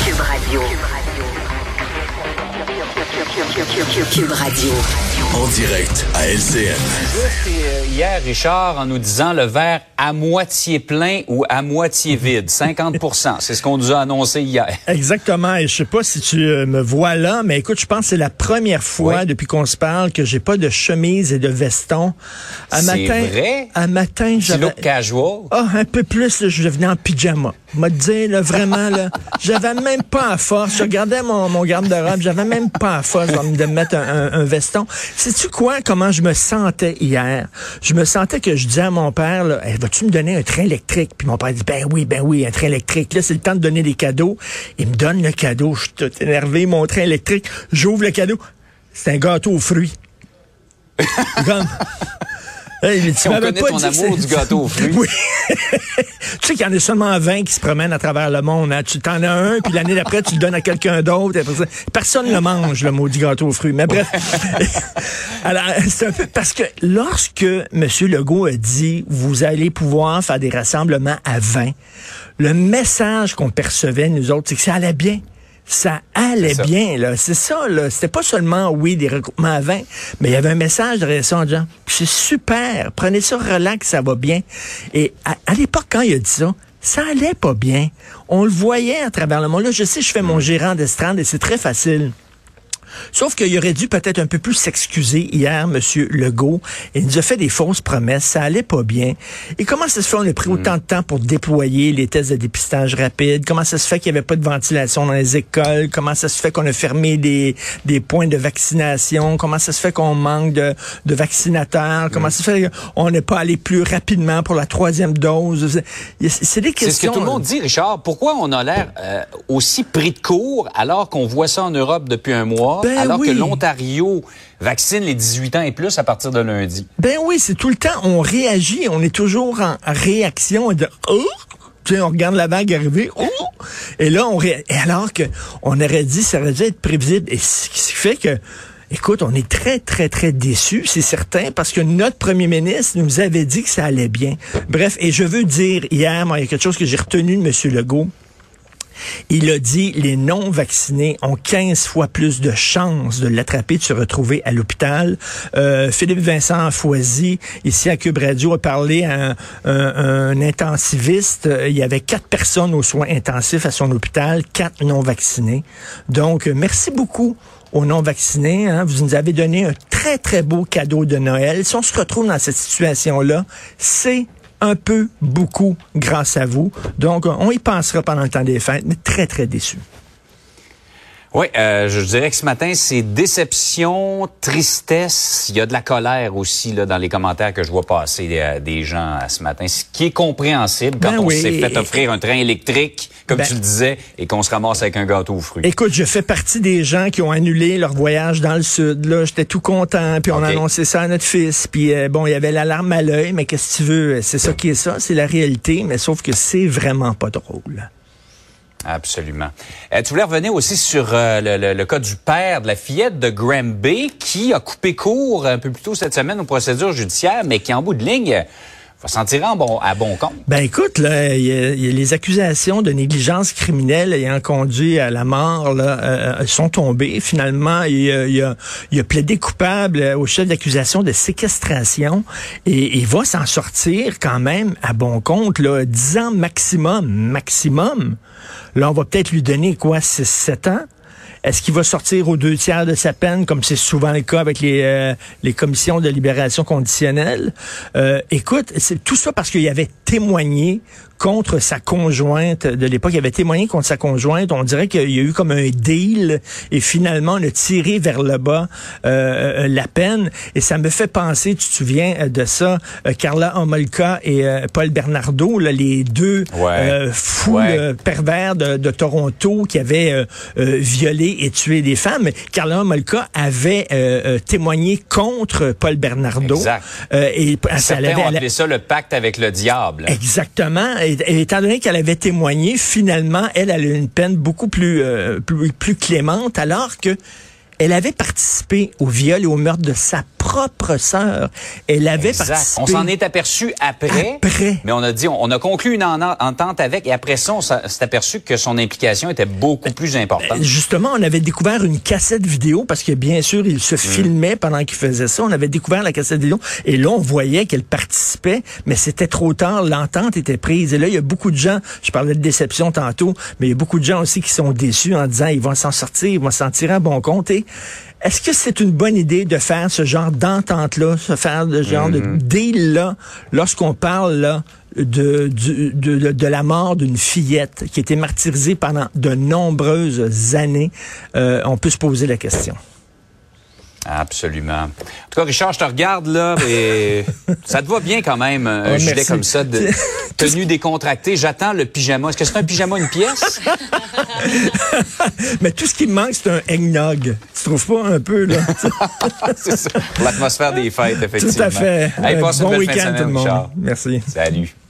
Radio. Cube Radio. En direct à LCN. Hier, Richard, en nous disant le verre à moitié plein ou à moitié vide, 50%. C'est ce qu'on nous a annoncé hier. Exactement. Et je sais pas si tu me vois là, mais écoute, je pense que c'est la première fois depuis qu'on se parle que j'ai pas de chemise et de veston. C'est vrai? À matin, j'avais... look casual? Un peu plus, là, je venais en pyjama. M'a dit, là, vraiment, là, j'avais même pas à force. Je regardais mon garde-robe, j'avais même pas à force de me mettre un veston. Sais-tu quoi, comment je me sentais hier? Je me sentais que je disais à mon père, là, hey, vas-tu me donner un train électrique? Puis mon père dit, ben oui, un train électrique. Là, c'est le temps de donner des cadeaux. Il me donne le cadeau. Je suis tout énervé, mon train électrique. J'ouvre le cadeau. C'est un gâteau aux fruits. Comme... Hey, on connaît ton amour du gâteau aux fruits. Oui. Tu sais qu'il y en a seulement 20 qui se promènent à travers le monde. Hein. Tu t'en as un, puis l'année d'après, tu le donnes à quelqu'un d'autre. Personne ne le mange, le maudit gâteau aux fruits. Mais bref. Alors, c'est un peu parce que lorsque M. Legault a dit « Vous allez pouvoir faire des rassemblements à 20 », le message qu'on percevait, nous autres, c'est que ça allait bien. Ça allait bien, là. C'est ça, là. C'était pas seulement, oui, des regroupements à 20, mais il y avait un message derrière ça en disant, c'est super, prenez ça relax, ça va bien. Et à l'époque, quand il a dit ça allait pas bien. On le voyait à travers le monde. Là, je sais, je fais mon gérant d'estrade et c'est très facile. Sauf qu'il aurait dû peut-être un peu plus s'excuser hier, M. Legault. Il nous a fait des fausses promesses. Ça allait pas bien. Et comment ça se fait qu'on a pris autant de temps pour déployer les tests de dépistage rapide? Comment ça se fait qu'il n'y avait pas de ventilation dans les écoles? Comment ça se fait qu'on a fermé des points de vaccination? Comment ça se fait qu'on manque de vaccinateurs? Comment ça se fait qu'on n'est pas allé plus rapidement pour la 3e dose? C'est des questions... C'est ce que tout le monde dit, Richard. Pourquoi on a l'air aussi pris de court alors qu'on voit ça en Europe depuis un mois? Alors que l'Ontario vaccine les 18 ans et plus à partir de lundi. Ben oui, c'est tout le temps, on réagit, on est toujours en réaction de tu sais, on regarde la vague arriver, et là alors que on aurait dit ça aurait dû être prévisible, et ce qui fait que écoute, on est très, très, très déçus, c'est certain, parce que notre premier ministre nous avait dit que ça allait bien. Bref, et je veux dire, hier, moi, il y a quelque chose que j'ai retenu de M. Legault. Il a dit les non-vaccinés ont 15 fois plus de chances de l'attraper, de se retrouver à l'hôpital. Philippe Vincent Foisy, ici à Cube Radio, a parlé à un intensiviste. Il y avait 4 personnes aux soins intensifs à son hôpital, 4 non-vaccinés. Donc, merci beaucoup aux non-vaccinés. Hein. Vous nous avez donné un très, très beau cadeau de Noël. Si on se retrouve dans cette situation-là, c'est un peu, beaucoup, grâce à vous. Donc, on y pensera pendant le temps des fêtes, mais très, très déçu. Oui, je dirais que ce matin, c'est déception, tristesse. Il y a de la colère aussi là dans les commentaires que je vois passer des gens ce matin, ce qui est compréhensible quand on s'est fait offrir un train électrique, comme tu le disais, et qu'on se ramasse avec un gâteau aux fruits. Écoute, je fais partie des gens qui ont annulé leur voyage dans le sud. Là, j'étais tout content, puis on a annoncé ça à notre fils. Puis bon, il y avait l'alarme à l'œil, mais qu'est-ce que tu veux? C'est ça qui est ça, c'est la réalité, mais sauf que c'est vraiment pas drôle. Absolument. Tu voulais revenir aussi sur le cas du père de la fillette de Granby qui a coupé court un peu plus tôt cette semaine aux procédures judiciaires, mais qui, en bout de ligne, va s'en tirer à bon compte. Ben écoute, là, il y a les accusations de négligence criminelle ayant conduit à la mort là, sont tombées. Finalement, il a plaidé coupable au chef d'accusation de séquestration et il va s'en sortir quand même à bon compte, là, 10 ans maximum. Là, on va peut-être lui donner, 6-7 ans? Est-ce qu'il va sortir aux 2/3 de sa peine, comme c'est souvent le cas avec les commissions de libération conditionnelle? Écoute, c'est tout ça parce qu'il avait témoigné contre sa conjointe de l'époque. Il avait témoigné contre sa conjointe. On dirait qu'il y a eu comme un deal et finalement on a tiré vers le bas la peine. Et ça me fait penser, tu te souviens de ça, Karla Homolka et Paul Bernardo, là, les deux fous pervers de Toronto qui avaient violé et tué des femmes. Karla Homolka avait témoigné contre Paul Bernardo. Exact. Et certains ont appelé ça le pacte avec le diable. Exactement. Et étant donné qu'elle avait témoigné, finalement, elle a eu une peine beaucoup plus clémente, alors que elle avait participé au viol et au meurtre de sa propre propre sœur. Elle avait participé. On s'en est aperçu après. Mais on a dit, on a conclu une entente avec, et après ça, on s'est aperçu que son implication était beaucoup plus importante. Justement, on avait découvert une cassette vidéo, parce que bien sûr, il se filmait pendant qu'il faisait ça. On avait découvert la cassette vidéo, et là, on voyait qu'elle participait, mais c'était trop tard, l'entente était prise. Et là, il y a beaucoup de gens, je parlais de déception tantôt, mais il y a beaucoup de gens aussi qui sont déçus en disant, ils vont s'en sortir, ils vont s'en tirer à bon compte. Et est-ce que c'est une bonne idée de faire ce genre d'entente-là, faire ce genre de deal-là, lorsqu'on parle là de la mort d'une fillette qui a été martyrisée pendant de nombreuses années? On peut se poser la question. Absolument. En tout cas, Richard, je te regarde là, et ça te va bien quand même, un gilet comme ça, de tenue décontractée. J'attends le pyjama. Est-ce que c'est un pyjama, une pièce? Mais tout ce qui me manque, c'est un eggnog. Tu trouves pas un peu, là? C'est ça. Pour l'atmosphère des fêtes, effectivement. Tout à fait. Hey, passe bon une belle week-end, fin de semaine, tout le monde. Richard. Merci. Salut.